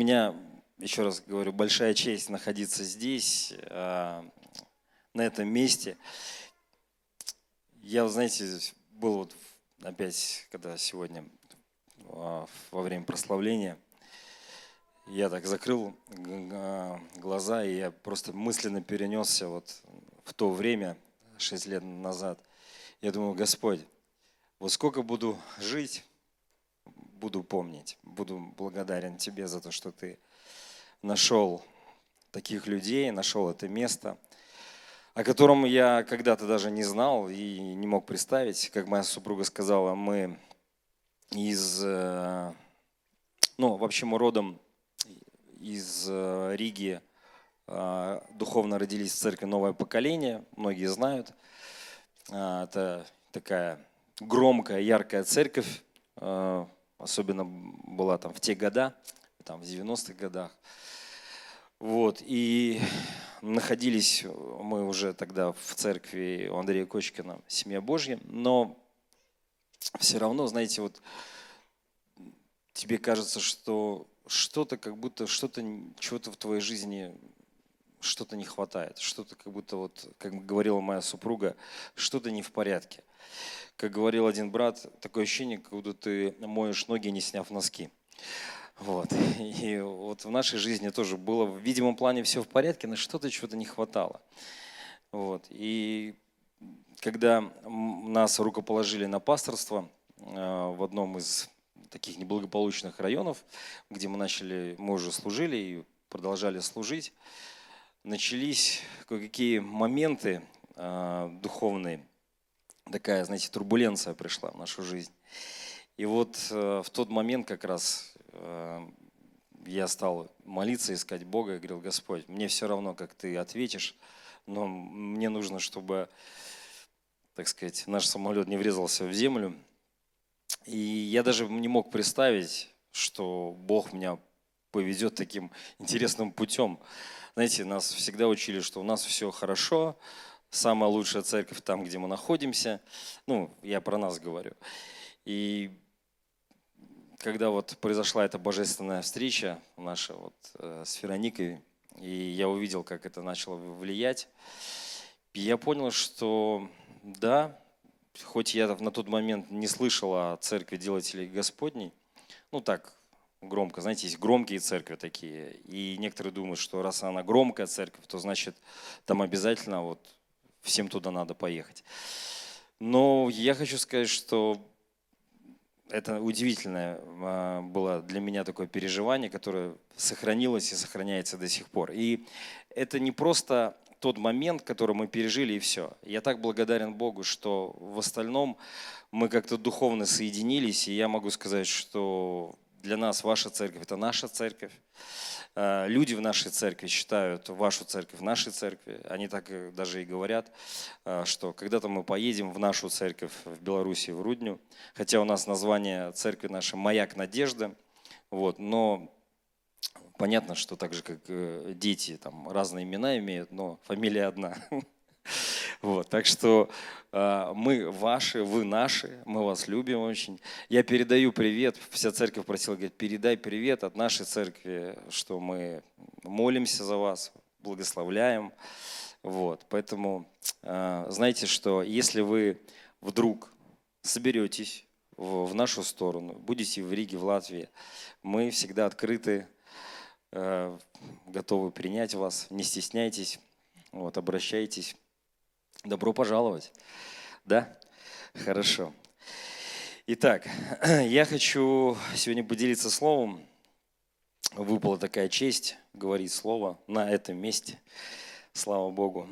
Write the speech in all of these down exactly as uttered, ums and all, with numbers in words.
меня, еще раз говорю, большая честь находиться здесь, на этом месте. Я, знаете, был вот опять, когда сегодня во время прославления, я так закрыл глаза, и я просто мысленно перенесся вот в то время, шесть лет назад. Я думаю, Господь, вот сколько буду жить, буду помнить, буду благодарен Тебе за то, что Ты нашел таких людей, нашел это место, о котором я когда-то даже не знал и не мог представить. Как моя супруга сказала, мы из, ну, вообще мы родом из Риги, духовно родились в церкви «Новое поколение», многие знают. Это такая громкая, яркая церковь, особенно была там в те года, там в девяностых годах. Вот, и находились мы уже тогда в церкви у Андрея Кочкина «Семья Божья», но все равно, знаете, вот тебе кажется, что что-то как будто, что-то, чего-то в твоей жизни, что-то не хватает, что-то как будто, вот, как говорила моя супруга, что-то не в порядке. Как говорил один брат, такое ощущение, как будто ты моешь ноги, не сняв носки. Вот. И вот в нашей жизни тоже было в видимом плане все в порядке, но что-то чего-то не хватало. Вот. И когда нас рукоположили на пасторство в одном из таких неблагополучных районов, где мы начали, мы уже служили и продолжали служить, начались кое-какие моменты духовные, такая, знаете, турбуленция пришла в нашу жизнь. И вот в тот момент как раз я стал молиться, искать Бога, и говорил, Господь, мне все равно, как Ты ответишь, но мне нужно, чтобы, так сказать, наш самолет не врезался в землю. И я даже не мог представить, что Бог меня поведет таким интересным путем. Знаете, нас всегда учили, что у нас все хорошо, самая лучшая церковь там, где мы находимся. Ну, я про нас говорю. И когда вот произошла эта божественная встреча наша вот с Вероникой, и я увидел, как это начало влиять, я понял, что да, хоть я на тот момент не слышал о церкви делателей Господней, ну так громко, знаете, есть громкие церкви такие, и некоторые думают, что раз она громкая церковь, то значит там обязательно вот всем туда надо поехать. Но я хочу сказать, что это удивительное было для меня такое переживание, которое сохранилось и сохраняется до сих пор. И это не просто тот момент, который мы пережили, и все. Я так благодарен Богу, что в остальном мы как-то духовно соединились, и я могу сказать, что для нас ваша церковь – это наша церковь. Люди в нашей церкви считают вашу церковь нашей церкви. Они так даже и говорят, что когда-то мы поедем в нашу церковь в Беларуси, в Рудню. Хотя у нас название церкви наша «Маяк надежды». Вот, но понятно, что так же, как дети, там разные имена имеют, но фамилия одна. Вот, так что э, мы ваши, вы наши, мы вас любим очень. Я передаю привет, вся церковь просила, говорит, передай привет от нашей церкви, что мы молимся за вас, благословляем. Вот, поэтому э, знаете, что если вы вдруг соберетесь в, в нашу сторону, будете в Риге, в Латвии, мы всегда открыты, э, готовы принять вас, не стесняйтесь, вот, обращайтесь. Добро пожаловать. Да? Хорошо. Итак, я хочу сегодня поделиться словом. Выпала такая честь говорить слово на этом месте. Слава Богу.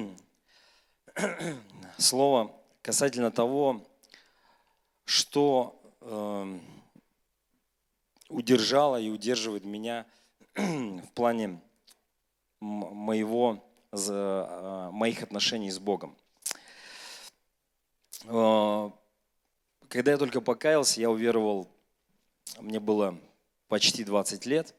Слово касательно того, что э, удержало и удерживает меня в плане моего моих отношений с Богом. Когда я только покаялся, я уверовал, мне было почти двадцать лет,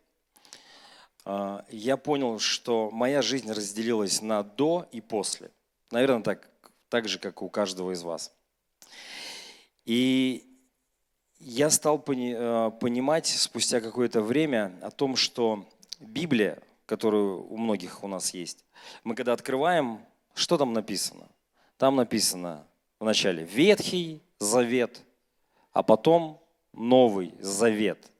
я понял, что моя жизнь разделилась на до и после. Наверное, так, так же, как у каждого из вас. И я стал пони- э, понимать спустя какое-то время о том, что Библия, которую у многих у нас есть, мы когда открываем, что там написано? Там написано вначале Ветхий Завет, а потом Новый Завет.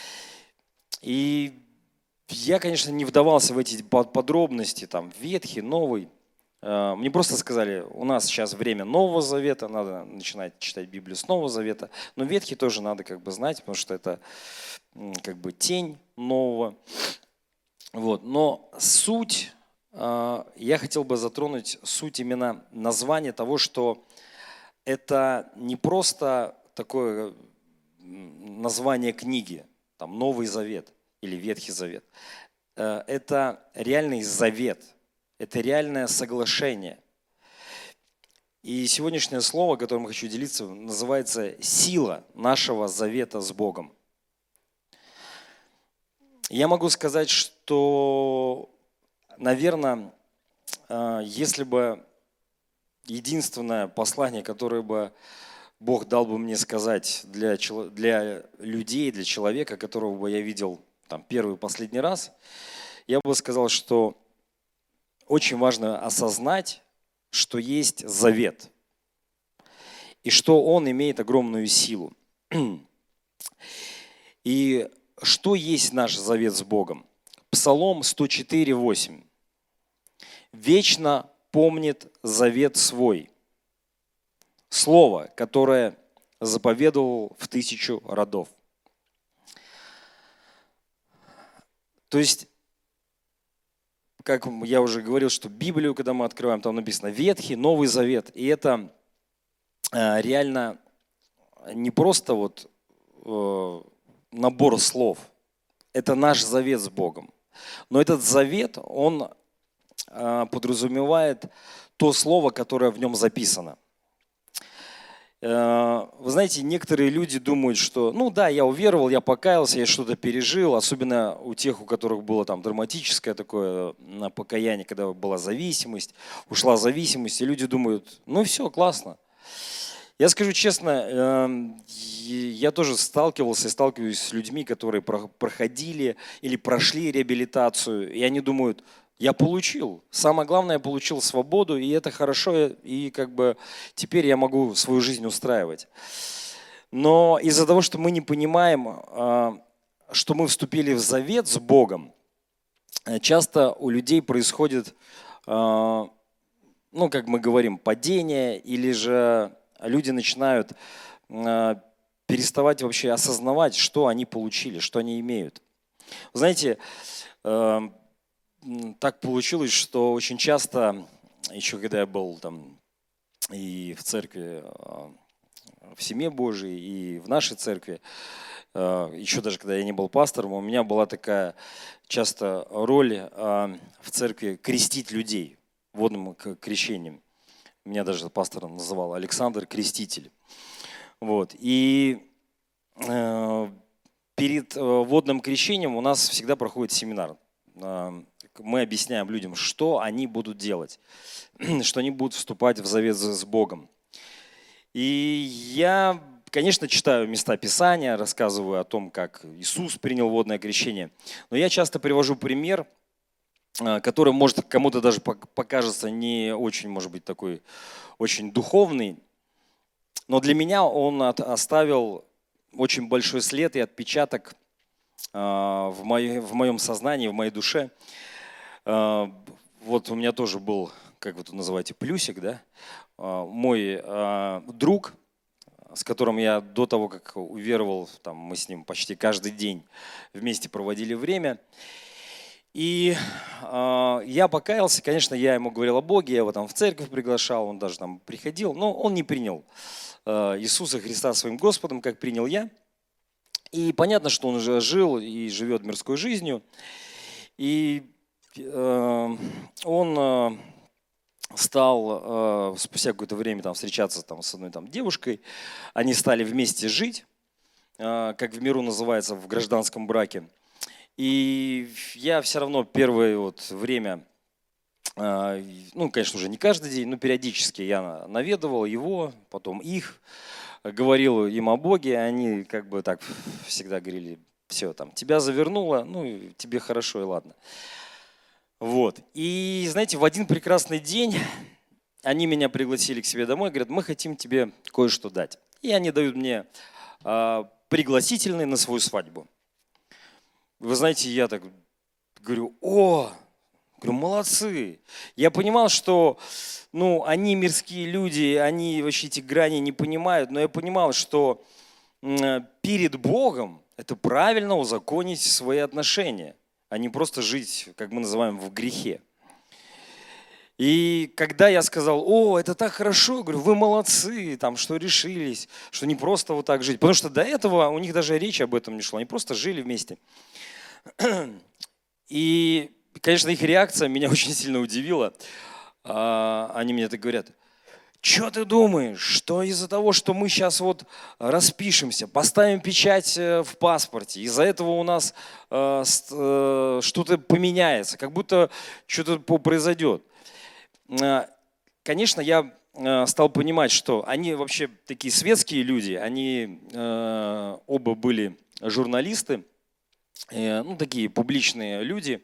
И я, конечно, не вдавался в эти по- подробности, там, Ветхий, Новый. Э, Мне просто сказали, у нас сейчас время Нового Завета, надо начинать читать Библию с Нового Завета. Но Ветхий тоже надо как бы знать, потому что это м, как бы тень Нового. Вот. Но суть, э, я хотел бы затронуть суть именно названия того, что это не просто такое м, название книги, там Новый Завет или Ветхий Завет. Э, Это реальный завет, это реальное соглашение. И сегодняшнее слово, которым я хочу делиться, называется «Сила нашего завета с Богом». Я могу сказать, что, наверное, если бы единственное послание, которое бы Бог дал бы мне сказать для, чело- для людей, для человека, которого бы я видел там, первый и последний раз, я бы сказал, что очень важно осознать, что есть завет, и что он имеет огромную силу. И что есть наш завет с Богом? Псалом сто четыре, восемь. «Вечно помнит завет свой, слово, которое заповедовал в тысячу родов». То есть, как я уже говорил, что Библию, когда мы открываем, там написано Ветхий, Новый Завет. И это э, реально не просто вот э, набор слов. Это наш завет с Богом. Но этот завет, он э, подразумевает то слово, которое в нем записано. Э, Вы знаете, некоторые люди думают, что, ну да, я уверовал, я покаялся, я что-то пережил, особенно у тех, у которых было там драматическое такое м, покаяние, когда была зависимость, ушла зависимость, и люди думают, ну все, классно. Я скажу честно, эм, и я тоже сталкивался и сталкиваюсь с людьми, которые про- проходили или прошли реабилитацию, и они думают, я получил. Самое главное, я получил свободу, и это хорошо, и как бы теперь я могу свою жизнь устраивать. Но из-за того, что мы не понимаем, а, что мы вступили в завет с Богом, э, часто у людей происходит, а, ну, как мы говорим, падение, или же люди начинают а, переставать вообще осознавать, что они получили, что они имеют. Вы знаете, э, м, так получилось, что очень часто, еще когда я был там и в церкви, а, в семье Божией, и в нашей церкви, а, еще даже когда я не был пастором, у меня была такая часто роль а, в церкви крестить людей водным к- крещением. Меня даже пастором называл Александр Креститель. Вот. И э, перед э, водным крещением у нас всегда проходит семинар. Э, Мы объясняем людям, что они будут делать, что они будут вступать в завет с с Богом. И я, конечно, читаю места Писания, рассказываю о том, как Иисус принял водное крещение. Но я часто привожу пример, э, который, может, кому-то даже пок- покажется не очень, может быть, такой очень духовный, но для меня он от- оставил очень большой след и отпечаток а, в, моей- в моем сознании, в моей душе. А, Вот у меня тоже был, как вы тут называете, плюсик, да? А, Мой а, друг, с которым я до того, как уверовал, там, мы с ним почти каждый день вместе проводили время. И а, я покаялся, конечно, я ему говорил о Боге, я его там в церковь приглашал, он даже там приходил, но он не принял а, Иисуса Христа своим Господом, как принял я. И понятно, что он уже жил и живет мирской жизнью. И э, он э, стал э, спустя какое-то время там, встречаться там, с одной там, девушкой. Они стали вместе жить, э, как в миру называется, в гражданском браке. И я все равно первое вот время, э, ну, конечно, уже не каждый день, но периодически я наведывал его, потом их. говорил им о Боге, они как бы так всегда говорили, все, там, тебя завернуло, ну, и тебе хорошо, и ладно. Вот. И, знаете, в один прекрасный день они меня пригласили к себе домой, говорят, мы хотим тебе кое-что дать. И они дают мне э, пригласительный на свою свадьбу. Вы знаете, я так говорю, о, говорю, молодцы. Я понимал, что ну, они мирские люди, они вообще эти грани не понимают, но я понимал, что э, перед Богом это правильно узаконить свои отношения, а не просто жить, как мы называем, в грехе. И когда я сказал, о, это так хорошо, говорю, вы молодцы, там, что решились, что не просто вот так жить. Потому что до этого у них даже речи об этом не шло, они просто жили вместе. И, конечно, их реакция меня очень сильно удивила. Они мне так говорят, что ты думаешь, что из-за того, что мы сейчас вот распишемся, поставим печать в паспорте, из-за этого у нас что-то поменяется, как будто что-то произойдет. Конечно, я стал понимать, что они вообще такие светские люди, они оба были журналисты, ну, такие публичные люди.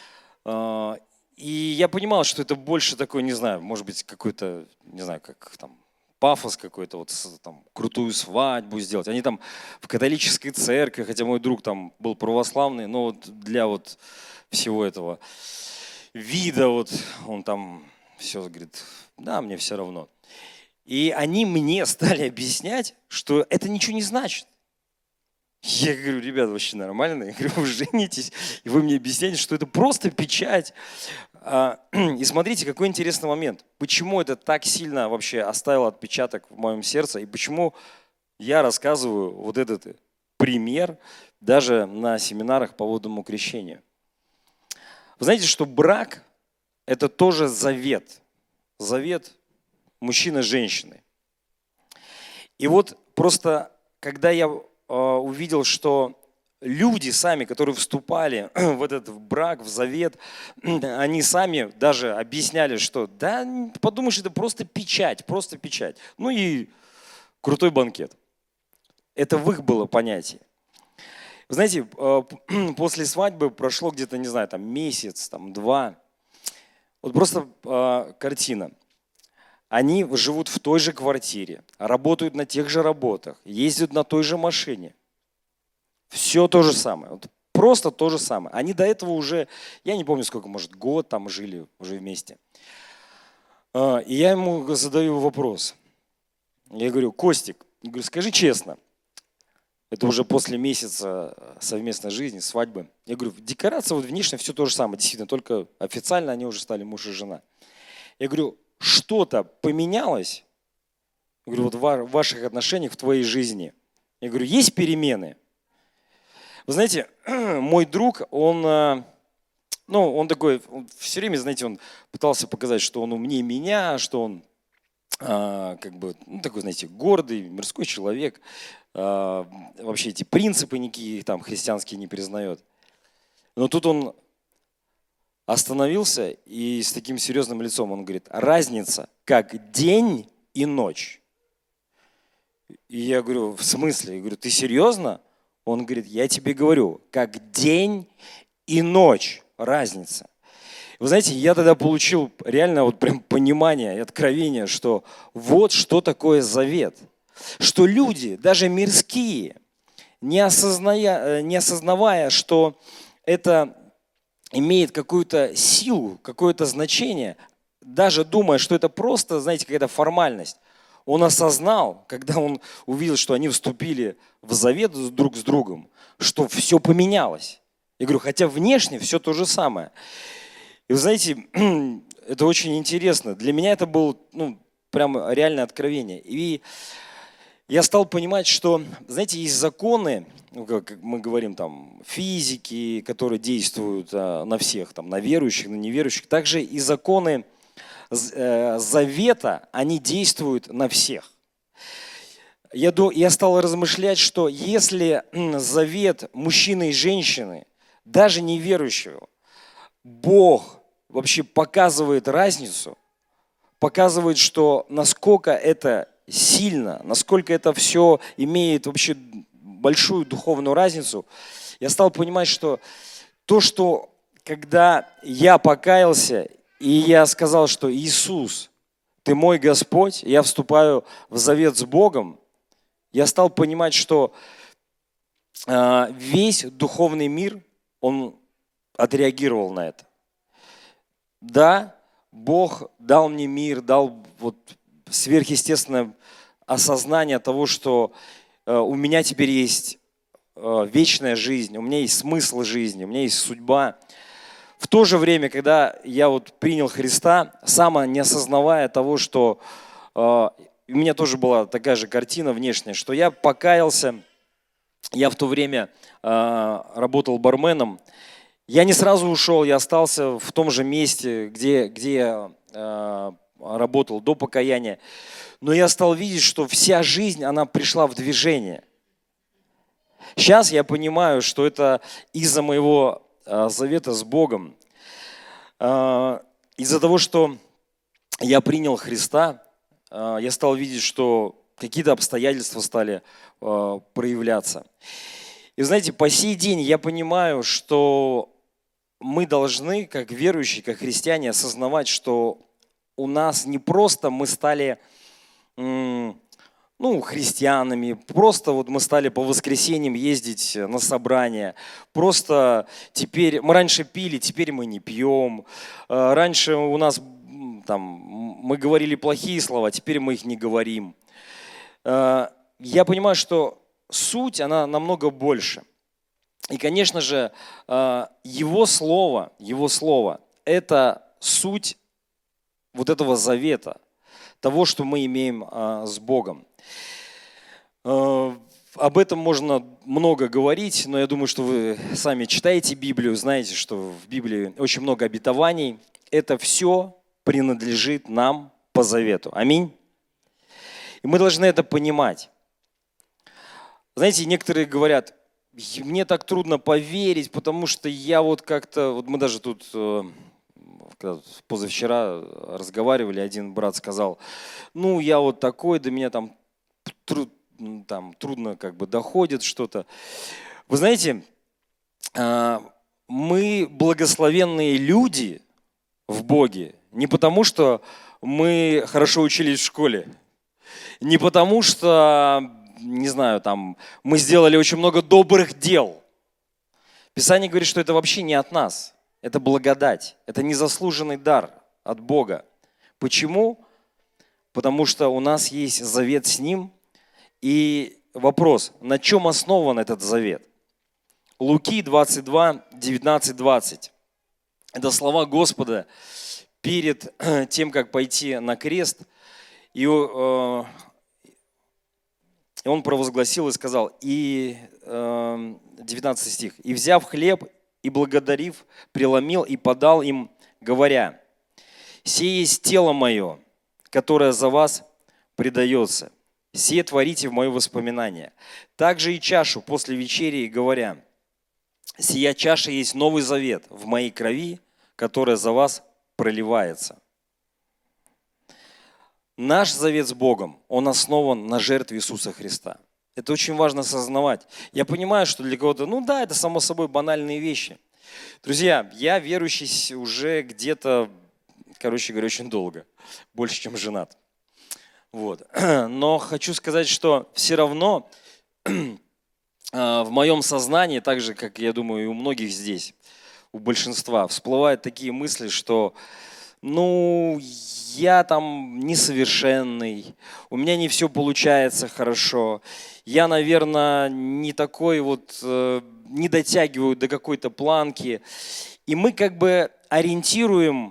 И я понимал, что это больше такой, не знаю, может быть, какой-то, не знаю, как там, пафос какой-то, вот там, крутую свадьбу сделать. Они там в католической церкви, хотя мой друг там был православный, но вот для вот всего этого вида, вот он там все говорит, да, мне все равно. И они мне стали объяснять, что это ничего не значит. Я говорю, ребята, вообще нормально? Я говорю, вы женитесь, и вы мне объясняете, что это просто печать. И смотрите, какой интересный момент. Почему это так сильно вообще оставило отпечаток в моем сердце, и почему я рассказываю вот этот пример даже на семинарах по водному крещению. Вы знаете, что брак – это тоже завет. Завет мужчины и женщины. И вот просто, когда я увидел, что люди сами, которые вступали в этот брак, в завет, они сами даже объясняли, что да, подумаешь, это просто печать, просто печать. Ну и крутой банкет. Это в их было понятие. Вы знаете, после свадьбы прошло где-то, не знаю, там месяц, там два. Вот просто э, картина. Они живут в той же квартире, работают на тех же работах, ездят на той же машине. Все то же самое. Вот просто то же самое. Они до этого уже, я не помню сколько, может, год там жили уже вместе. Э, и я ему задаю вопрос. Я говорю, Костик, я говорю, скажи честно, это уже после месяца совместной жизни, свадьбы. Я говорю, декорация вот внешне все то же самое, действительно, только официально они уже стали муж и жена. Я говорю, что-то поменялось, я говорю, вот в ваших отношениях, в твоей жизни. Я говорю, есть перемены? Вы знаете, мой друг, он, ну, он такой, он все время, знаете, он пытался показать, что он умнее меня, что он как бы, ну, такой, знаете, гордый, мирской человек. Вообще эти принципы никакие там христианские не признает. Но тут он остановился и с таким серьезным лицом он говорит, разница как день и ночь. И я говорю, в смысле? Я говорю, ты серьезно? Он говорит, я тебе говорю, как день и ночь разница. Вы знаете, я тогда получил реально вот прям понимание и откровение, что вот что такое завет. Что люди, даже мирские, не, осозная, не осознавая, что это имеет какую-то силу, какое-то значение, даже думая, что это просто, знаете, какая-то формальность, он осознал, когда он увидел, что они вступили в завет друг с другом, что все поменялось. Я говорю, хотя внешне все то же самое. И вы знаете, это очень интересно. Для меня это было, ну, прям реальное откровение. И я стал понимать, что, знаете, есть законы, ну, как мы говорим, там, физики, которые действуют а, на всех, там, на верующих, на неверующих. Также и законы э, завета, они действуют на всех. Я, я стал размышлять, что если завет мужчины и женщины, даже неверующего, Бог вообще показывает разницу, показывает, что насколько это сильно, насколько это все имеет вообще большую духовную разницу, я стал понимать, что то, что когда я покаялся, и я сказал, что Иисус, Ты мой Господь, я вступаю в завет с Богом, я стал понимать, что э, весь духовный мир, он отреагировал на это. Да, Бог дал мне мир, дал вот сверхъестественное осознание того, что э, у меня теперь есть э, вечная жизнь, у меня есть смысл жизни, у меня есть судьба. В то же время, когда я вот принял Христа, сам не осознавая того, что э, у меня тоже была такая же картина внешняя, что я покаялся, я в то время э, работал барменом, я не сразу ушел, я остался в том же месте, где, где я э, работал до покаяния, но я стал видеть, что вся жизнь, она пришла в движение. Сейчас я понимаю, что это из-за моего завета с Богом. Из-за того, что я принял Христа, я стал видеть, что какие-то обстоятельства стали проявляться. И знаете, по сей день я понимаю, что мы должны, как верующие, как христиане, осознавать, что у нас не просто мы стали ну, христианами, просто вот мы стали по воскресеньям ездить на собрания, просто теперь, мы раньше пили, теперь мы не пьем, раньше у нас там, мы говорили плохие слова, теперь мы их не говорим. Я понимаю, что суть, она намного больше. И, конечно же, Его Слово, Его Слово – это суть вот этого завета, того, что мы имеем с Богом. Об этом можно много говорить, но я думаю, что вы сами читаете Библию, знаете, что в Библии очень много обетований. Это все принадлежит нам по завету. Аминь. И мы должны это понимать. Знаете, некоторые говорят, мне так трудно поверить, потому что я вот как-то, вот мы даже тут позавчера разговаривали, один брат сказал, ну я вот такой, до меня там труд там трудно как бы доходит что-то. Вы знаете, мы благословенные люди в Боге не потому, что мы хорошо учились в школе, не потому, что, не знаю, там, мы сделали очень много добрых дел. Писание говорит, что это вообще не от нас, это благодать, это незаслуженный дар от Бога. Почему? Потому что у нас есть завет с Ним. И вопрос, на чем основан этот завет? Луки двадцать два, девятнадцать, двадцать. Это слова Господа перед тем, как пойти на крест. И э, Он провозгласил и сказал, и э, девятнадцатый стих, «И взяв хлеб, и благодарив, преломил и подал им, говоря, сие есть тело мое, которое за вас предается. Сие творите в мое воспоминание. Также и чашу после вечери, говоря, сия чаша есть новый завет в моей крови, которая за вас проливается». Наш завет с Богом, он основан на жертве Иисуса Христа. Это очень важно осознавать. Я понимаю, что для кого-то, ну да, это само собой банальные вещи. Друзья, я верующий уже где-то, короче говоря, очень долго, больше, чем женат. Вот. Но хочу сказать, что все равно в моем сознании, так же, как я думаю, и у многих здесь, у большинства, всплывают такие мысли, что ну, я там несовершенный, у меня не все получается хорошо, я, наверное, не такой вот, не дотягиваю до какой-то планки. И мы как бы ориентируем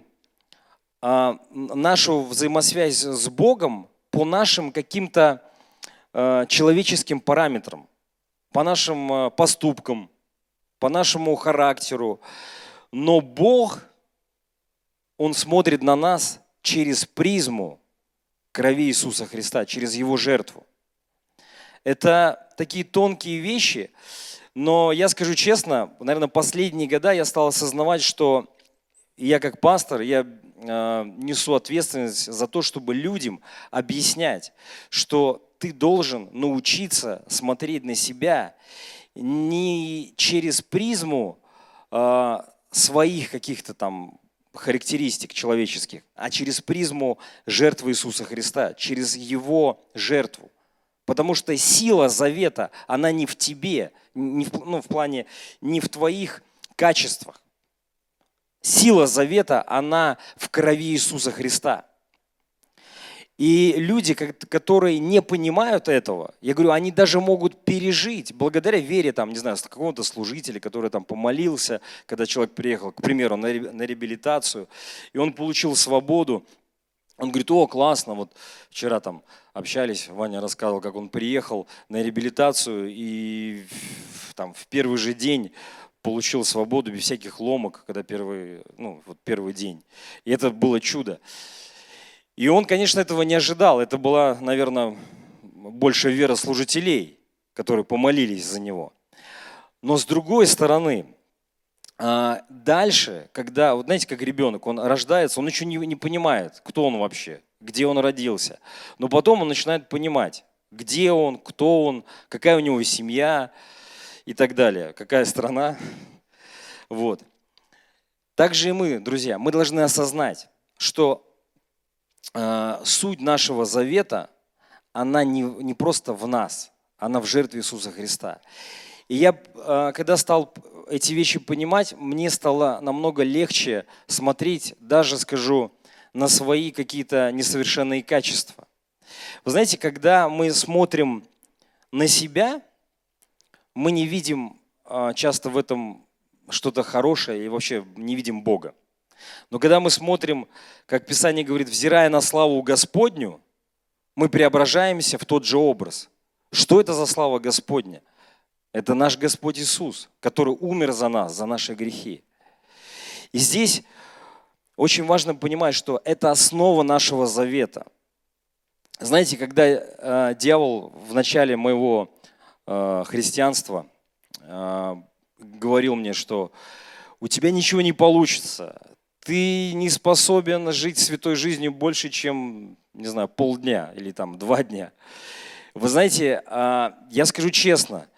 нашу взаимосвязь с Богом по нашим каким-то человеческим параметрам, по нашим поступкам, по нашему характеру. Но Бог, Он смотрит на нас через призму крови Иисуса Христа, через Его жертву. Это такие тонкие вещи, но я скажу честно, наверное, последние года я стал осознавать, что я как пастор, я э, несу ответственность за то, чтобы людям объяснять, что ты должен научиться смотреть на себя не через призму э, своих каких-то там характеристик человеческих, а через призму жертвы Иисуса Христа, через Его жертву. Потому что сила завета, она не в тебе, не в, ну, в плане, не в твоих качествах. Сила завета, она в крови Иисуса Христа. И люди, которые не понимают этого, я говорю, они даже могут пережить благодаря вере, там, не знаю, какого-то служителя, который там помолился, когда человек приехал, к примеру, на реабилитацию, и он получил свободу. Он говорит, о, классно, вот вчера там общались, Ваня рассказывал, как он приехал на реабилитацию и там в первый же день получил свободу без всяких ломок, когда первый, ну, вот первый день. И это было чудо. И он, конечно, этого не ожидал. Это была, наверное, больше вера служителей, которые помолились за него. Но с другой стороны, дальше, когда, вот знаете, как ребенок, он рождается, он еще не, не понимает, кто он вообще, где он родился. Но потом он начинает понимать, где он, кто он, какая у него семья и так далее, какая страна. Вот. Также и мы, друзья, мы должны осознать, что э, суть нашего завета, она не, не просто в нас, она в жертве Иисуса Христа. И я, э, когда стал эти вещи понимать, мне стало намного легче смотреть, даже, скажу, на свои какие-то несовершенные качества. Вы знаете, когда мы смотрим на себя, мы не видим э, часто в этом что-то хорошее и вообще не видим Бога. Но когда мы смотрим, как Писание говорит, взирая на славу Господню, мы преображаемся в тот же образ. Что это за слава Господня? Это наш Господь Иисус, который умер за нас, за наши грехи. И здесь очень важно понимать, что это основа нашего завета. Знаете, когда э, дьявол в начале моего э, христианства э, говорил мне, что у тебя ничего не получится, ты не способен жить святой жизнью больше, чем, не знаю, полдня или там два дня. Вы знаете, я скажу честно,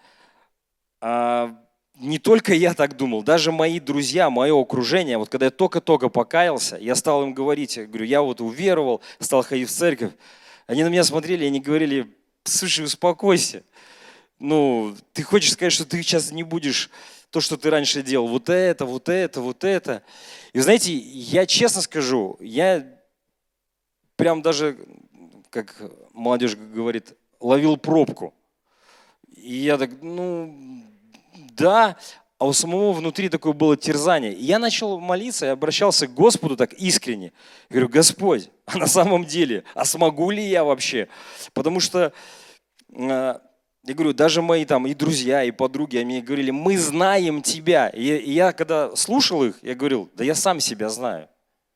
не только я так думал, даже мои друзья, мое окружение, вот когда я только-только покаялся, я стал им говорить, я говорю, я вот уверовал, стал ходить в церковь, они на меня смотрели, и они говорили, слушай, успокойся, ну, ты хочешь сказать, что ты сейчас не будешь то, что ты раньше делал, вот это, вот это, вот это. И знаете, я честно скажу, я прям даже, как молодежь говорит, ловил пробку. И я так, ну, да, а у самого внутри такое было терзание. И я начал молиться, я обращался к Господу так искренне. Я говорю, Господь, а на самом деле, а смогу ли я вообще? Потому что... Я говорю, даже мои там и друзья, и подруги, они мне говорили, мы знаем тебя. И я, когда слушал их, я говорил, да я сам себя знаю.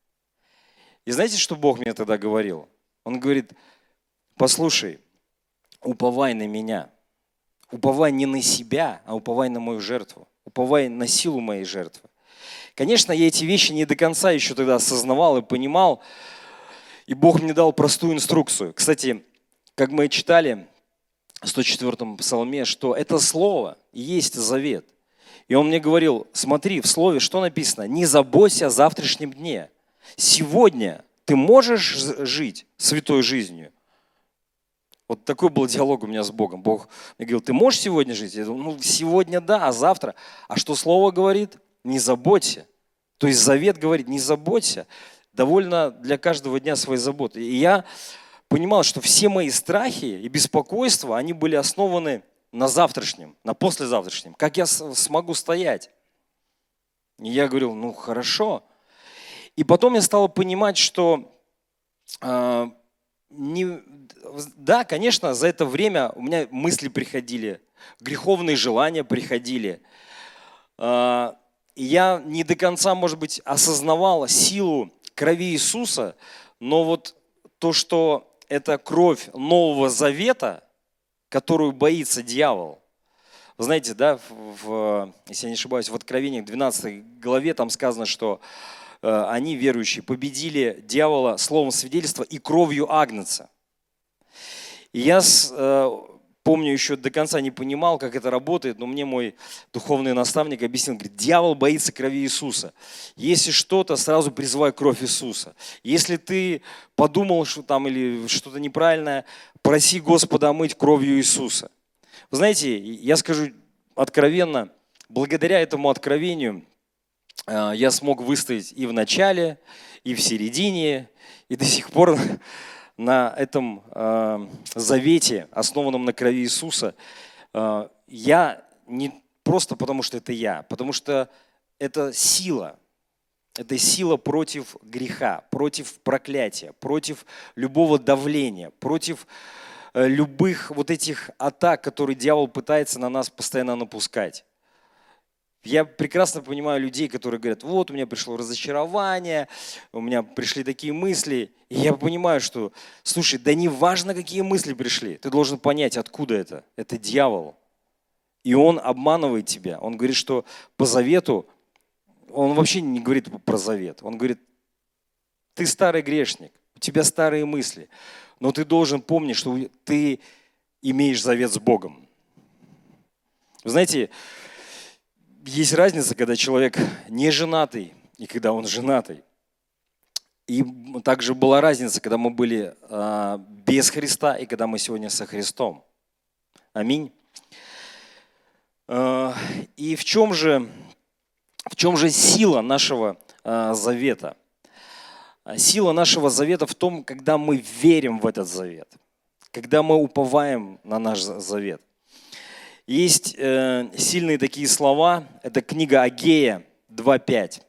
И знаете, что Бог мне тогда говорил? Он говорит, послушай, уповай на меня. Уповай не на себя, а уповай на мою жертву. Уповай на силу моей жертвы. Конечно, я эти вещи не до конца еще тогда осознавал и понимал. И Бог мне дал простую инструкцию. Кстати, как мы читали, в сто четвёртом псалме, что это слово и есть завет. И он мне говорил, смотри, в слове что написано? Не заботься о завтрашнем дне. Сегодня ты можешь жить святой жизнью? Вот такой был диалог у меня с Богом. Бог мне говорил, ты можешь сегодня жить? Я думаю, ну сегодня да, а завтра? А что слово говорит? Не заботься. То есть завет говорит, не заботься. Довольно для каждого дня своей заботы. И я... понимал, что все мои страхи и беспокойства, они были основаны на завтрашнем, на послезавтрашнем. Как я смогу стоять? И я говорил, ну хорошо. И потом я стал понимать, что э, не, да, конечно, за это время у меня мысли приходили, греховные желания приходили. Э, и я не до конца, может быть, осознавал силу крови Иисуса, но вот то, что это кровь Нового Завета, которую боится дьявол. Вы знаете, да, в, если я не ошибаюсь, в Откровении двенадцатой главе там сказано, что они, верующие, победили дьявола словом свидетельства и кровью агнца. И я помню, еще до конца не понимал, как это работает, но мне мой духовный наставник объяснил, говорит, дьявол боится крови Иисуса. Если что-то, сразу призывай кровь Иисуса. Если ты подумал, что там или что-то неправильное, проси Господа омыть кровью Иисуса. Вы знаете, я скажу откровенно, благодаря этому откровению я смог выстоять и в начале, и в середине, и до сих пор на этом э, завете, основанном на крови Иисуса, э, я не просто потому, что это я, потому что это сила. Это сила против греха, против проклятия, против любого давления, против э, любых вот этих атак, которые дьявол пытается на нас постоянно напускать. Я прекрасно понимаю людей, которые говорят, вот у меня пришло разочарование, у меня пришли такие мысли. И я понимаю, что, слушай, да не важно, какие мысли пришли. Ты должен понять, откуда это. Это дьявол. И он обманывает тебя. Он говорит, что по завету, он вообще не говорит про завет. Он говорит, ты старый грешник, у тебя старые мысли. Но ты должен помнить, что ты имеешь завет с Богом. Вы знаете, есть разница, когда человек не женатый и когда он женатый. И также была разница, когда мы были а, без Христа и когда мы сегодня со Христом. Аминь. А, и в чем же, в чем же сила нашего а, завета? Сила нашего завета в том, когда мы верим в этот завет, когда мы уповаем на наш завет. Есть э, сильные такие слова, это книга Агея два пять.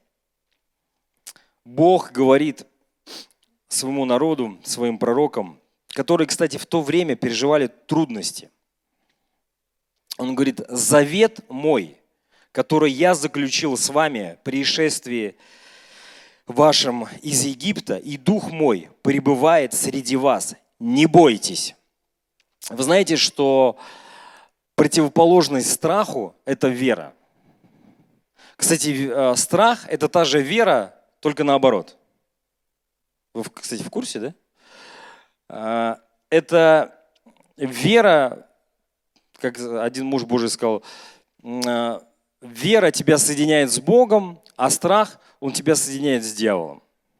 Бог говорит своему народу, своим пророкам, которые, кстати, в то время переживали трудности. Он говорит, завет мой, который я заключил с вами при исшествии вашем из Египта, и дух мой пребывает среди вас, не бойтесь. Вы знаете, что противоположность страху – это вера. Кстати, страх – это та же вера, только наоборот. Вы, кстати, в курсе, да? Это вера, как один муж Божий сказал, вера тебя соединяет с Богом, а страх, он тебя соединяет с дьяволом.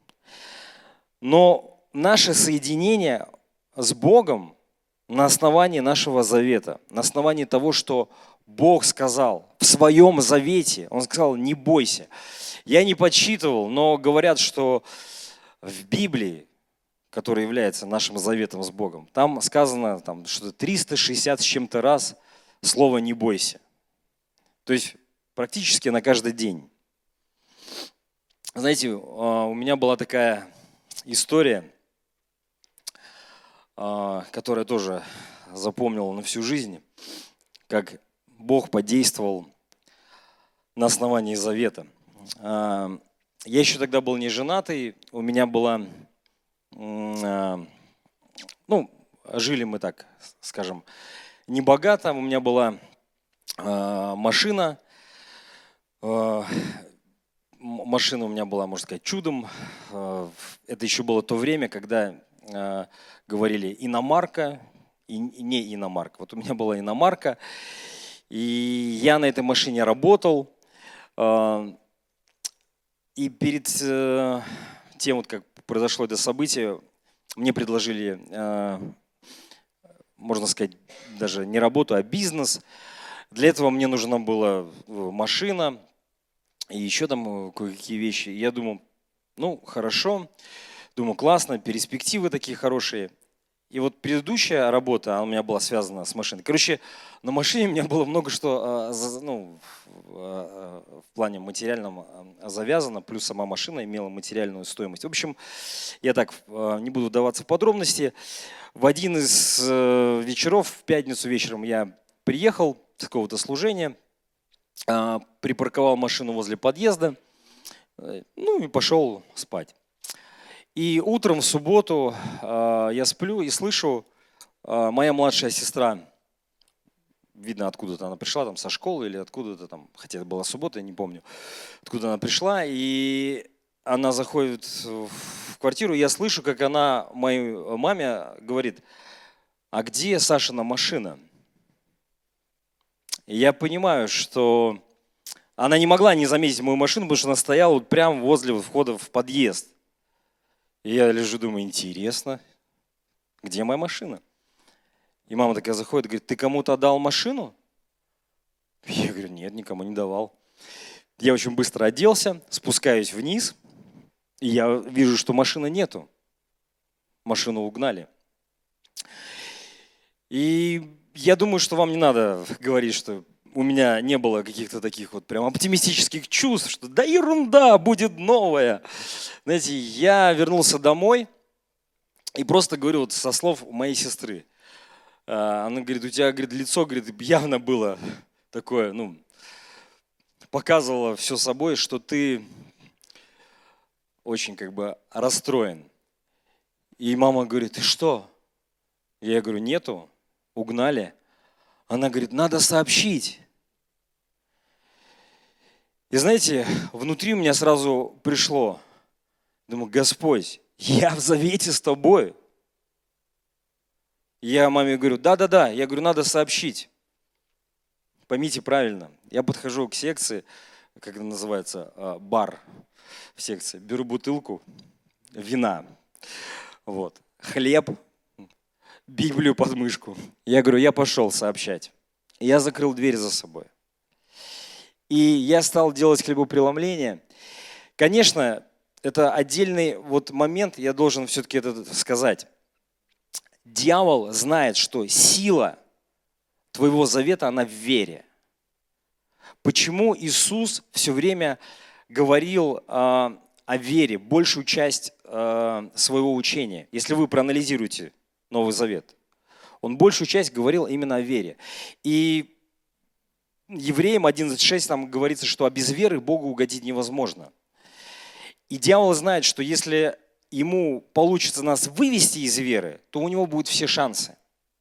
Но наше соединение с Богом на основании нашего завета, на основании того, что Бог сказал в своем завете, Он сказал, не бойся. Я не подсчитывал, но говорят, что в Библии, которая является нашим заветом с Богом, там сказано, там, что триста шестьдесят с чем-то раз слово «не бойся». То есть практически на каждый день. Знаете, у меня была такая история, которая тоже запомнила на всю жизнь, как Бог подействовал на основании завета. Я еще тогда был не женатый, у меня была, ну, жили мы так, скажем, небогато, у меня была машина, машина у меня была, можно сказать, чудом. Это еще было то время, когда говорили иномарка и не иномарка. Вот у меня была иномарка, и я на этой машине работал. И перед тем, вот как произошло это событие, мне предложили, можно сказать, даже не работу, а бизнес. Для этого мне нужна была машина и еще там кое-какие вещи. И я думал, ну, хорошо. Думаю, классно, перспективы такие хорошие. И вот предыдущая работа, она у меня была связана с машиной. Короче, на машине у меня было много что, ну, в плане материальном завязано, плюс сама машина имела материальную стоимость. В общем, я так не буду вдаваться в подробности. В один из вечеров, в пятницу вечером, я приехал с какого-то служения, припарковал машину возле подъезда, ну и пошел спать. И утром в субботу э, я сплю и слышу, э, моя младшая сестра, видно, откуда-то она пришла, там со школы или откуда-то там, хотя это была суббота, я не помню, откуда она пришла, и она заходит в квартиру, и я слышу, как она моей маме говорит: а где Сашина машина? И я понимаю, что она не могла не заметить мою машину, потому что она стояла вот прямо возле входа в подъезд. И я лежу, думаю, интересно, где моя машина? И мама такая заходит, говорит: ты кому-то отдал машину? Я говорю: нет, никому не давал. Я очень быстро оделся, спускаюсь вниз, и я вижу, что машины нету. Машину угнали. И я думаю, что вам не надо говорить, что у меня не было каких-то таких вот прям оптимистических чувств, что да ерунда, будет новая. Знаете, я вернулся домой и просто говорю вот со слов моей сестры. Она говорит: у тебя, говорит, лицо, говорит, явно было такое, ну, показывало все собой, что ты очень как бы расстроен. И мама говорит: ты что? Я говорю: нету, угнали. Она говорит: надо сообщить. И знаете, внутри у меня сразу пришло, думаю: Господь, я в завете с тобой. Я маме говорю: да-да-да, я говорю, надо сообщить. Поймите правильно, я подхожу к секции, как это называется, бар в секции, беру бутылку вина, вот, хлеб, Библию под мышку. Я говорю: я пошел сообщать. Я закрыл дверь за собой. И я стал делать хлебопреломление. Конечно, это отдельный вот момент, я должен все-таки это сказать. Дьявол знает, что сила твоего завета, она в вере. Почему Иисус все время говорил э, о вере, большую часть э, своего учения, если вы проанализируете Новый Завет? Он большую часть говорил именно о вере. И Евреям одиннадцать шесть там говорится, что а без веры Богу угодить невозможно. И дьявол знает, что если ему получится нас вывести из веры, то у него будут все шансы.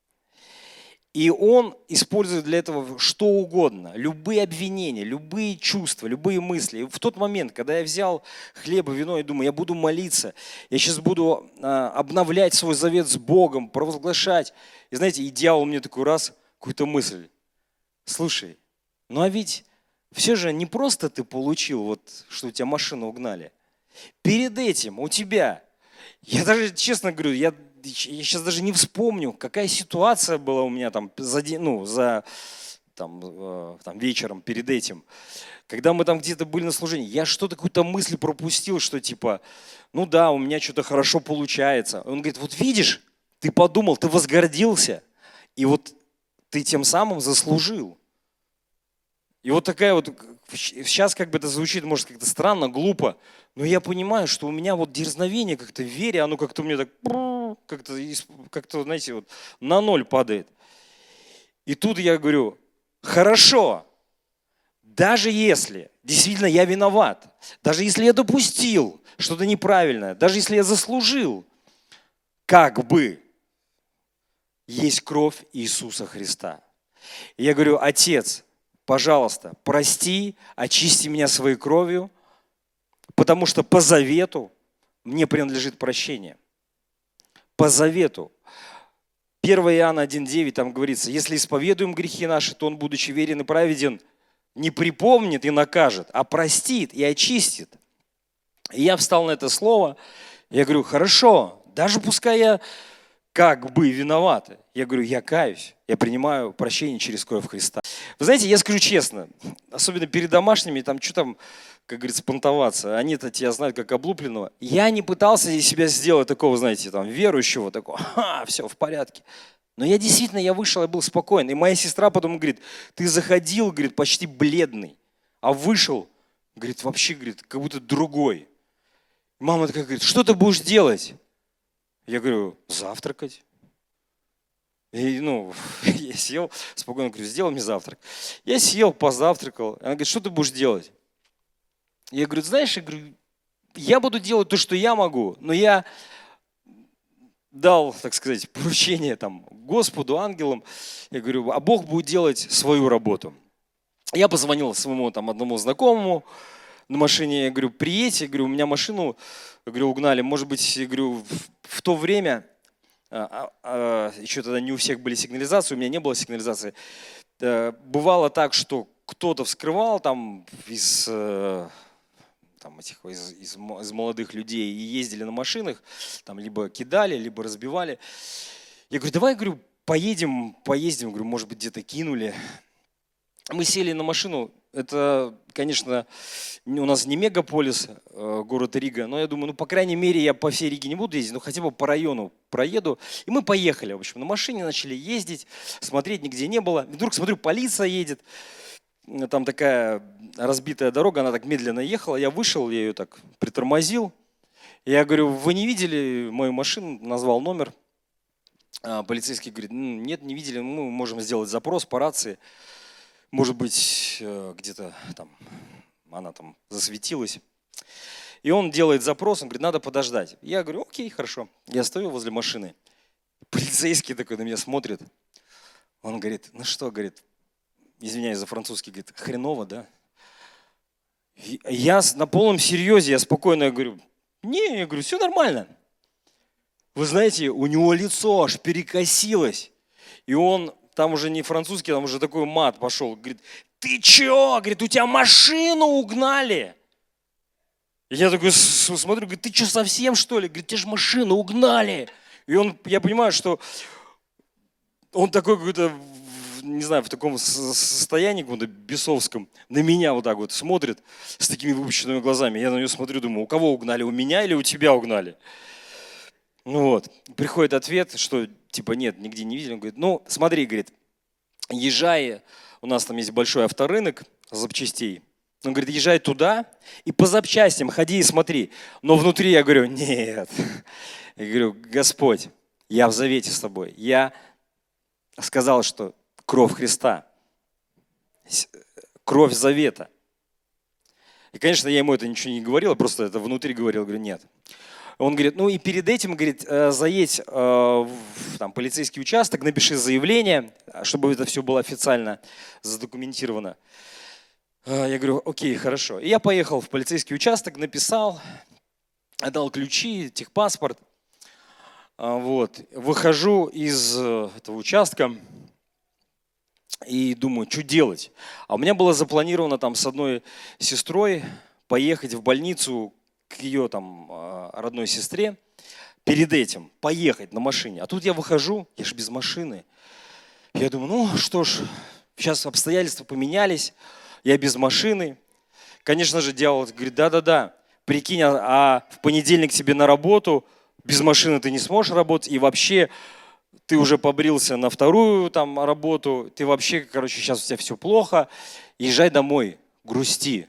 И он использует для этого что угодно, любые обвинения, любые чувства, любые мысли. И в тот момент, когда я взял хлеб и вино и думаю: я буду молиться, я сейчас буду а, обновлять свой завет с Богом, провозглашать. И знаете, и дьявол мне такой раз, какую-то мысль: слушай, ну а ведь все же не просто ты получил, вот, что у тебя машину угнали. Перед этим у тебя, я даже, честно говорю, я, я сейчас даже не вспомню, какая ситуация была у меня там за, ну, за там, э, там, вечером перед этим. Когда мы там где-то были на служении, я что-то, какую-то мысль пропустил, что типа, ну да, у меня что-то хорошо получается. Он говорит: вот видишь, ты подумал, ты возгордился, и вот ты тем самым заслужил. И вот такая вот, сейчас как бы это звучит, может, как-то странно, глупо, но я понимаю, что у меня вот дерзновение как-то в вере, оно как-то у меня так, как-то, как-то, знаете, вот на ноль падает. И тут я говорю: хорошо, даже если действительно я виноват, даже если я допустил что-то неправильное, даже если я заслужил, как бы есть кровь Иисуса Христа. И я говорю: Отец, пожалуйста, прости, очисти меня своей кровью, потому что по завету мне принадлежит прощение. По завету. первое Иоанна один девять там говорится: если исповедуем грехи наши, то Он, будучи верен и праведен, не припомнит и накажет, а простит и очистит. И я встал на это слово, я говорю: хорошо, даже пускай я как бы виноват, я говорю: я каюсь, я принимаю прощение через кровь Христа. Вы знаете, я скажу честно, особенно перед домашними, там что там, как говорится, понтоваться, они-то тебя знают как облупленного. Я не пытался из себя сделать такого, знаете, там, верующего, такого: ха, все в порядке. Но я действительно, я вышел, я был спокоен. И моя сестра потом говорит: ты заходил, говорит, почти бледный, а вышел, говорит, вообще, говорит, как будто другой. Мама такая говорит: что ты будешь делать? Я говорю: завтракать. И, ну, я сел, спокойно говорю: сделай мне завтрак. Я сел, позавтракал. Она говорит: что ты будешь делать? Я говорю: знаешь, я, говорю, я буду делать то, что я могу, но я дал, так сказать, поручение там Господу, ангелам. Я говорю: а Бог будет делать свою работу. Я позвонил своему там одному знакомому, на машине, я говорю, приедьте, я говорю, у меня машину, я говорю, угнали. Может быть, я говорю, в, в то время, а, а, еще тогда не у всех были сигнализации, у меня не было сигнализации. Бывало так, что кто-то вскрывал там из, там, этих, из, из, из молодых людей и ездили на машинах, там либо кидали, либо разбивали. Я говорю, давай, говорю, поедем, поездим, говорю, может быть, где-то кинули. Мы сели на машину. Это, конечно, у нас не мегаполис, город Рига, но я думаю, ну, по крайней мере, я по всей Риге не буду ездить, но хотя бы по району проеду. И мы поехали, в общем, на машине начали ездить, смотреть нигде не было. И вдруг смотрю, полиция едет, там такая разбитая дорога, она так медленно ехала. Я вышел, я ее так притормозил. Я говорю, вы не видели мою машину? Назвал номер. Полицейский говорит, нет, не видели, мы можем сделать запрос по рации. Может быть, где-то там она там засветилась. И он делает запрос, он говорит, надо подождать. Я говорю, окей, хорошо. Я стою возле машины. Полицейский такой на меня смотрит. Он говорит, ну что, говорит, извиняюсь за французский, говорит, хреново, да? Я на полном серьезе, я спокойно говорю, не, я говорю, все нормально. Вы знаете, у него лицо аж перекосилось. И он... Там уже не французский, там уже такой мат пошел. Говорит, ты че? Говорит, у тебя машину угнали. И я такой смотрю, говорит, ты что, совсем что ли? Говорит, тебя же машину угнали. И он, я понимаю, что он такой какой-то, не знаю, в таком состоянии каком-то бесовском, на меня вот так вот смотрит с такими выпущенными глазами. Я на него смотрю, думаю, у кого угнали, у меня или у тебя угнали? Ну вот, приходит ответ, что типа нет, нигде не видели. Он говорит, ну смотри, говорит, езжай, у нас там есть большой авторынок запчастей. Он говорит, езжай туда и по запчастям ходи и смотри. Но внутри я говорю, нет. Я говорю, Господь, я в завете с тобой. Я сказал, что кровь Христа, кровь завета. И, конечно, я ему это ничего не говорил, просто это внутри говорил, говорю, нет. Он говорит, ну и перед этим, говорит, заедь в там, полицейский участок, напиши заявление, чтобы это все было официально задокументировано. Я говорю, окей, хорошо. И я поехал в полицейский участок, написал, отдал ключи, техпаспорт. Вот. Выхожу из этого участка и думаю, что делать? А у меня было запланировано там с одной сестрой поехать в больницу к ее там родной сестре, перед этим поехать на машине. А тут я выхожу, я же без машины. Я думаю, ну что ж, сейчас обстоятельства поменялись, я без машины. Конечно же, дьявол говорит, да-да-да, прикинь, а, а в понедельник тебе на работу, без машины ты не сможешь работать, и вообще ты уже побрился на вторую там работу, ты вообще, короче, сейчас у тебя все плохо, езжай домой, грусти.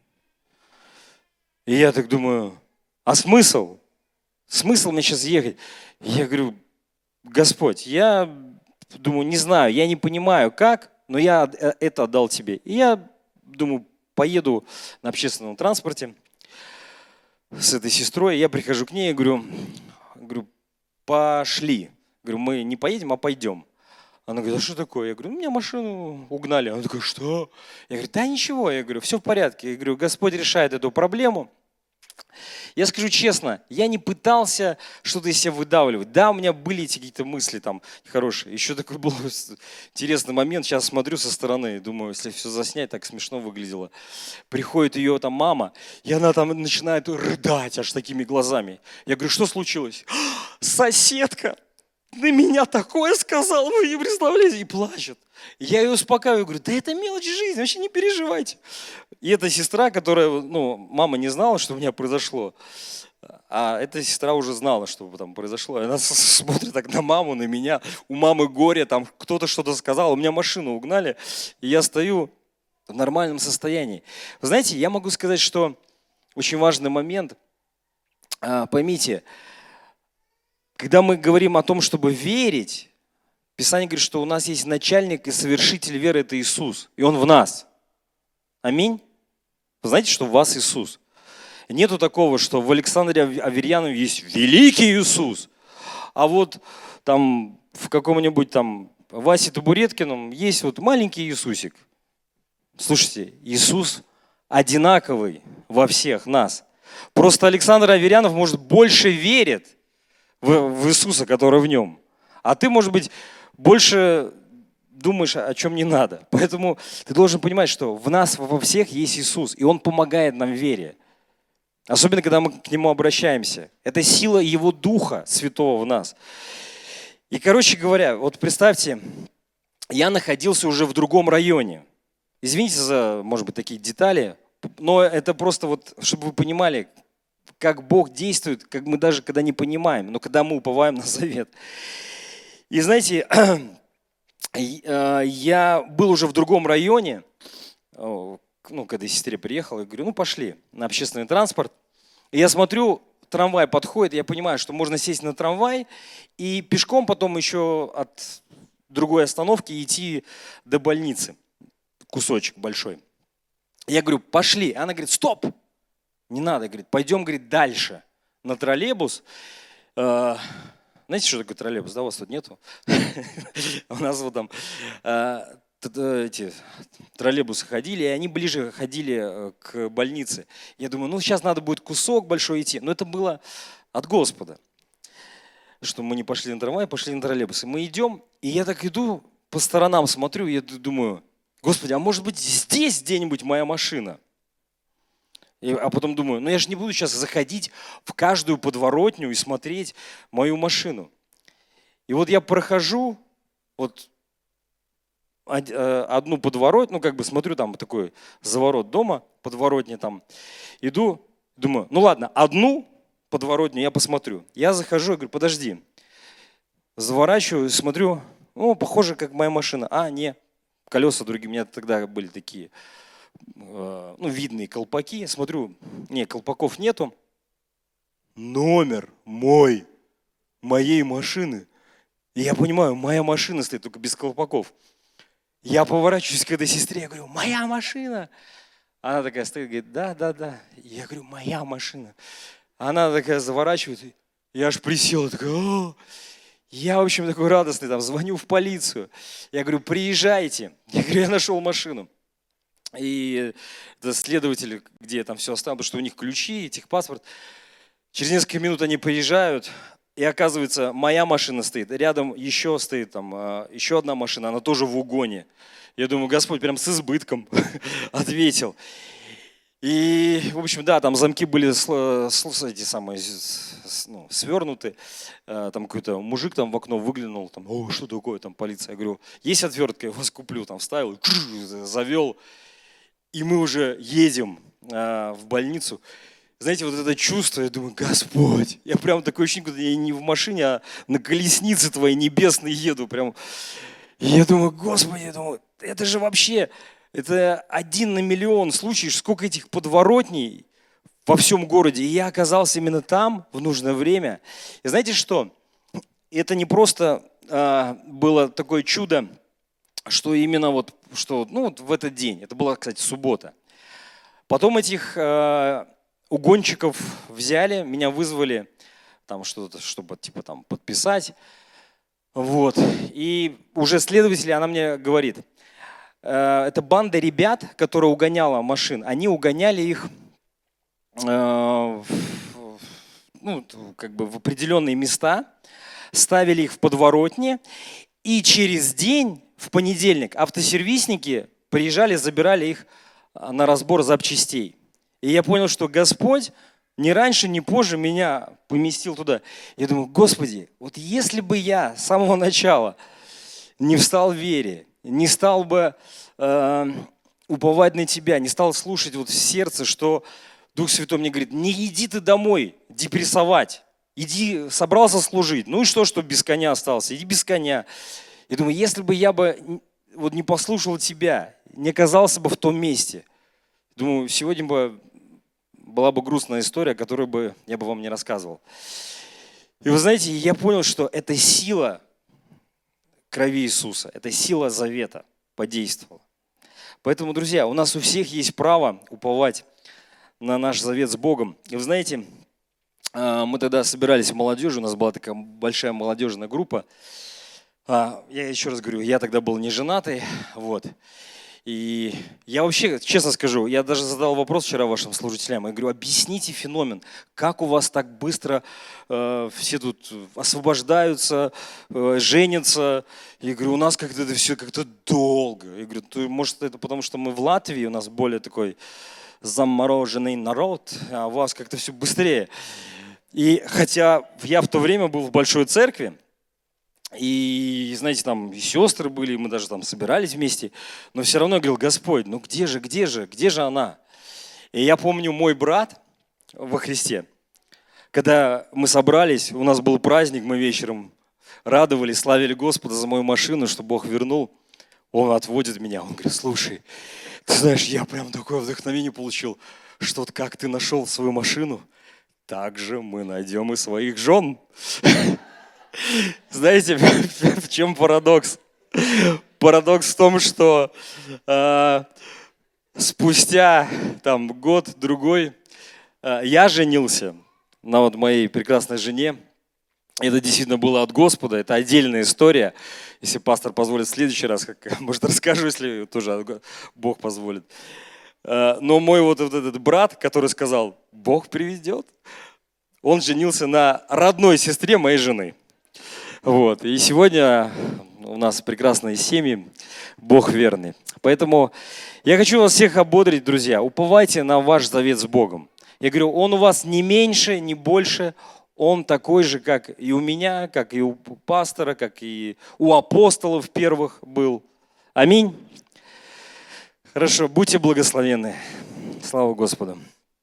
И я так думаю, а смысл? Смысл мне сейчас ехать? Я говорю, Господь, я думаю, не знаю, я не понимаю как, но я это отдал тебе. И я думаю, поеду на общественном транспорте с этой сестрой. Я прихожу к ней и говорю, говорю, пошли. Говорю, мы не поедем, а пойдем. Она говорит, а что такое? Я говорю, у меня машину угнали. Она такая, что? Я говорю, да ничего. Я говорю, все в порядке. Я говорю, Господь решает эту проблему. Я скажу честно, я не пытался что-то из себя выдавливать. Да, у меня были эти какие-то мысли там хорошие. Еще такой был интересный момент. Сейчас смотрю со стороны, думаю, если все заснять, так смешно выглядело. Приходит ее там мама, и она там начинает рыдать аж такими глазами. Я говорю, что случилось? Соседка на меня такое сказала, вы не представляете, и плачет. Я ее успокаиваю, говорю, да это мелочь жизни, вообще не переживайте. И эта сестра, которая, ну, мама не знала, что у меня произошло, а эта сестра уже знала, что там произошло. И она смотрит так на маму, на меня, у мамы горе, там кто-то что-то сказал, у меня машину угнали, и я стою в нормальном состоянии. Вы знаете, я могу сказать, что очень важный момент, поймите, когда мы говорим о том, чтобы верить, Писание говорит, что у нас есть начальник и совершитель веры, это Иисус, и Он в нас. Аминь. Вы знаете, что в вас Иисус. Нету такого, что в Александре Аверьянове есть великий Иисус, а вот там в каком-нибудь там Васе Табуреткином есть вот маленький Иисусик. Слушайте, Иисус одинаковый во всех нас. Просто Александр Аверьянов, может, больше верит в, в Иисуса, который в нем. А ты, может быть, больше думаешь, о чем не надо. Поэтому ты должен понимать, что в нас во всех есть Иисус, и Он помогает нам в вере. Особенно, когда мы к Нему обращаемся. Это сила Его Духа Святого в нас. И, короче говоря, вот представьте, я находился уже в другом районе. Извините за, может быть, такие детали, но это просто вот, чтобы вы понимали, как Бог действует, как мы даже когда не понимаем, но когда мы уповаем на завет. И знаете, я был уже в другом районе, ну, когда сестре приехал, я говорю, ну пошли на общественный транспорт. И я смотрю, трамвай подходит, я понимаю, что можно сесть на трамвай и пешком потом еще от другой остановки идти до больницы. Кусочек большой. Я говорю, пошли. Она говорит, стоп, не надо. Говорит, пойдем, говорит, дальше на троллейбус. Знаете, что такое троллейбус? Да, у вас тут нету? У нас вот там эти троллейбусы ходили, и они ближе ходили к больнице. Я думаю, ну сейчас надо будет кусок большой идти. Но это было от Господа, что мы не пошли на трамвай, пошли на троллейбус. И мы идем, и я так иду, по сторонам смотрю, и я думаю, Господи, а может быть здесь где-нибудь моя машина? И, а потом думаю, ну я же не буду сейчас заходить в каждую подворотню и смотреть мою машину. И вот я прохожу вот одну подворотню, ну как бы смотрю, там такой заворот дома, подворотня там, иду, думаю, ну ладно, одну подворотню я посмотрю. Я захожу и говорю, подожди, заворачиваю, смотрю, ну похоже, как моя машина. А, не, колеса другие, у меня тогда были такие, ну, видные колпаки. Смотрю, не, колпаков нету. Номер мой, моей машины. И я понимаю, моя машина стоит только без колпаков. Я поворачиваюсь к этой сестре, я говорю, моя машина. Она такая стоит, говорит, да, да, да. Я говорю, моя машина. Она такая заворачивает, я аж присел, такая, о! Я, в общем, такой радостный, там, звоню в полицию. Я говорю, приезжайте. Я говорю, я нашел машину. И следователи, где я там все оставил, потому что у них ключи, техпаспорт. Через несколько минут они приезжают, и оказывается, моя машина стоит. Рядом еще стоит там, еще одна машина, она тоже в угоне. Я думаю, Господь прям с избытком ответил. И, в общем, да, там замки были эти самые, ну, свернуты. Там какой-то мужик там в окно выглянул, там, о, что такое, там полиция. Я говорю, есть отвертка, я вас куплю, там вставил, завел. И мы уже едем в больницу. Знаете, вот это чувство, я думаю, Господь, я прям такое ощущение, когда я не в машине, а на колеснице твоей небесной еду. Прям. И я думаю, Господи, я думаю, это же вообще... Это один на миллион случаев, сколько этих подворотней во всем городе. И я оказался именно там в нужное время. И знаете что? Это не просто а, было такое чудо, что именно вот, что, ну, вот в этот день. Это была, кстати, суббота. Потом этих а, угонщиков взяли, меня вызвали, там что-то, чтобы типа там подписать. Вот. И уже следователь, она мне говорит, это банда ребят, которая угоняла машин. Они угоняли их э, ну, как бы в определенные места, ставили их в подворотни, и через день, в понедельник, автосервисники приезжали, забирали их на разбор запчастей. И я понял, что Господь ни раньше, ни позже меня поместил туда. Я думаю, Господи, вот если бы я с самого начала не встал в вере, не стал бы э, уповать на Тебя, не стал слушать вот в сердце, что Дух Святой мне говорит, не иди ты домой депрессовать, иди, собрался служить, ну и что, что без коня остался, иди без коня. Я думаю, если бы я бы вот не послушал Тебя, не оказался бы в том месте, думаю, сегодня бы была бы грустная история, которую бы я бы вам не рассказывал. И вы знаете, я понял, что это сила крови Иисуса, это сила завета подействовала. Поэтому, друзья, у нас у всех есть право уповать на наш завет с Богом. И вы знаете, мы тогда собирались в молодежи, у нас была такая большая молодежная группа. Я еще раз говорю, я тогда был не женатый, вот. И я вообще, честно скажу, я даже задал вопрос вчера вашим служителям. Я говорю, объясните феномен, как у вас так быстро э, все тут освобождаются, э, женятся. Я говорю, у нас как-то это все как-то долго. Я говорю, то, может, это потому, что мы в Латвии, у нас более такой замороженный народ, а у вас как-то все быстрее. И хотя я в то время был в большой церкви, и, знаете, там и сестры были, мы даже там собирались вместе, но все равно я говорил, Господь, ну где же, где же, где же она? И я помню, мой брат во Христе, когда мы собрались, у нас был праздник, мы вечером радовались, славили Господа за мою машину, что Бог вернул, он отводит меня, он говорит, слушай, ты знаешь, я прям такое вдохновение получил, что вот как ты нашел свою машину, так же мы найдем и своих жен. Знаете, в чем парадокс? Парадокс в том, что э, спустя там год-другой э, я женился на вот моей прекрасной жене. Это действительно было от Господа, это отдельная история. Если пастор позволит в следующий раз, как, может, расскажу, если тоже Бог позволит. Э, но мой вот этот брат, который сказал, Бог приведет, он женился на родной сестре моей жены. Вот. И сегодня у нас прекрасные семьи, Бог верный. Поэтому я хочу вас всех ободрить, друзья, уповайте на ваш завет с Богом. Я говорю, он у вас не меньше, не больше, он такой же, как и у меня, как и у пастора, как и у апостолов первых был. Аминь. Хорошо, будьте благословенны. Слава Господу.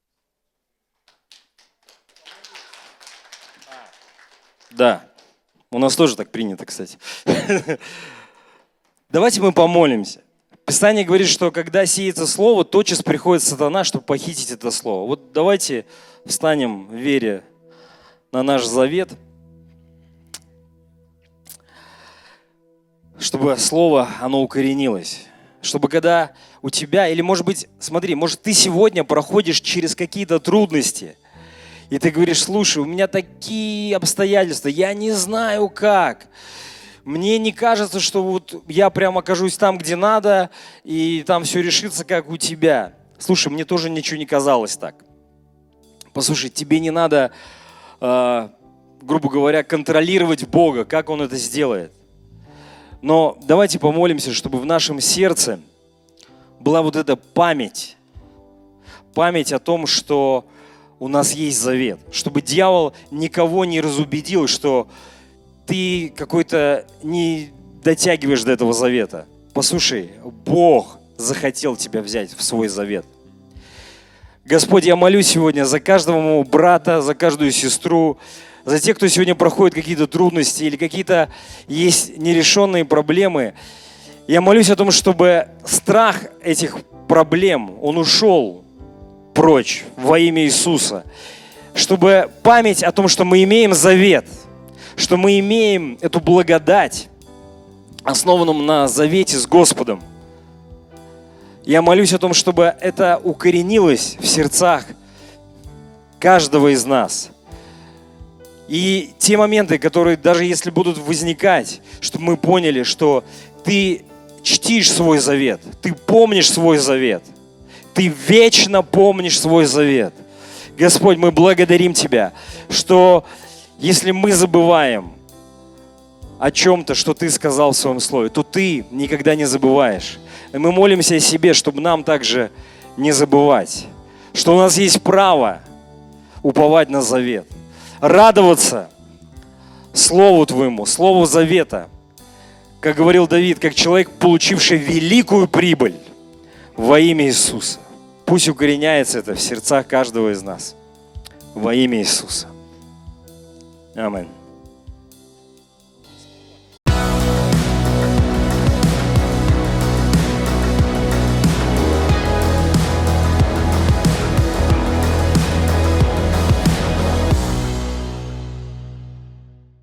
Да. У нас тоже так принято, кстати. Давайте мы помолимся. Писание говорит, что когда сеется слово, тотчас приходит сатана, чтобы похитить это слово. Вот давайте встанем в вере на наш завет, чтобы слово, оно укоренилось. Чтобы когда у тебя, или может быть, смотри, может ты сегодня проходишь через какие-то трудности, и ты говоришь, слушай, у меня такие обстоятельства, я не знаю как. Мне не кажется, что вот я прям окажусь там, где надо, и там все решится, как у тебя. Слушай, мне тоже ничего не казалось так. Послушай, тебе не надо, э, грубо говоря, контролировать Бога, как Он это сделает. Но давайте помолимся, чтобы в нашем сердце была вот эта память. Память о том, что у нас есть завет, чтобы дьявол никого не разубедил, что ты какой-то не дотягиваешь до этого завета. Послушай, Бог захотел тебя взять в свой завет. Господь, я молюсь сегодня за каждого моего брата, за каждую сестру, за тех, кто сегодня проходит какие-то трудности или какие-то есть нерешенные проблемы. Я молюсь о том, чтобы страх этих проблем, он ушел прочь во имя Иисуса, чтобы память о том, что мы имеем завет, что мы имеем эту благодать, основанную на завете с Господом. Я молюсь о том, чтобы это укоренилось в сердцах каждого из нас. И те моменты, которые даже если будут возникать, чтобы мы поняли, что ты чтишь свой завет, ты помнишь свой завет, ты вечно помнишь свой завет. Господь, мы благодарим Тебя, что если мы забываем о чем-то, что Ты сказал в Своем Слове, то Ты никогда не забываешь. И мы молимся о себе, чтобы нам также не забывать, что у нас есть право уповать на завет, радоваться Слову Твоему, Слову завета, как говорил Давид, как человек, получивший великую прибыль во имя Иисуса. Пусть укореняется это в сердцах каждого из нас во имя Иисуса. Аминь.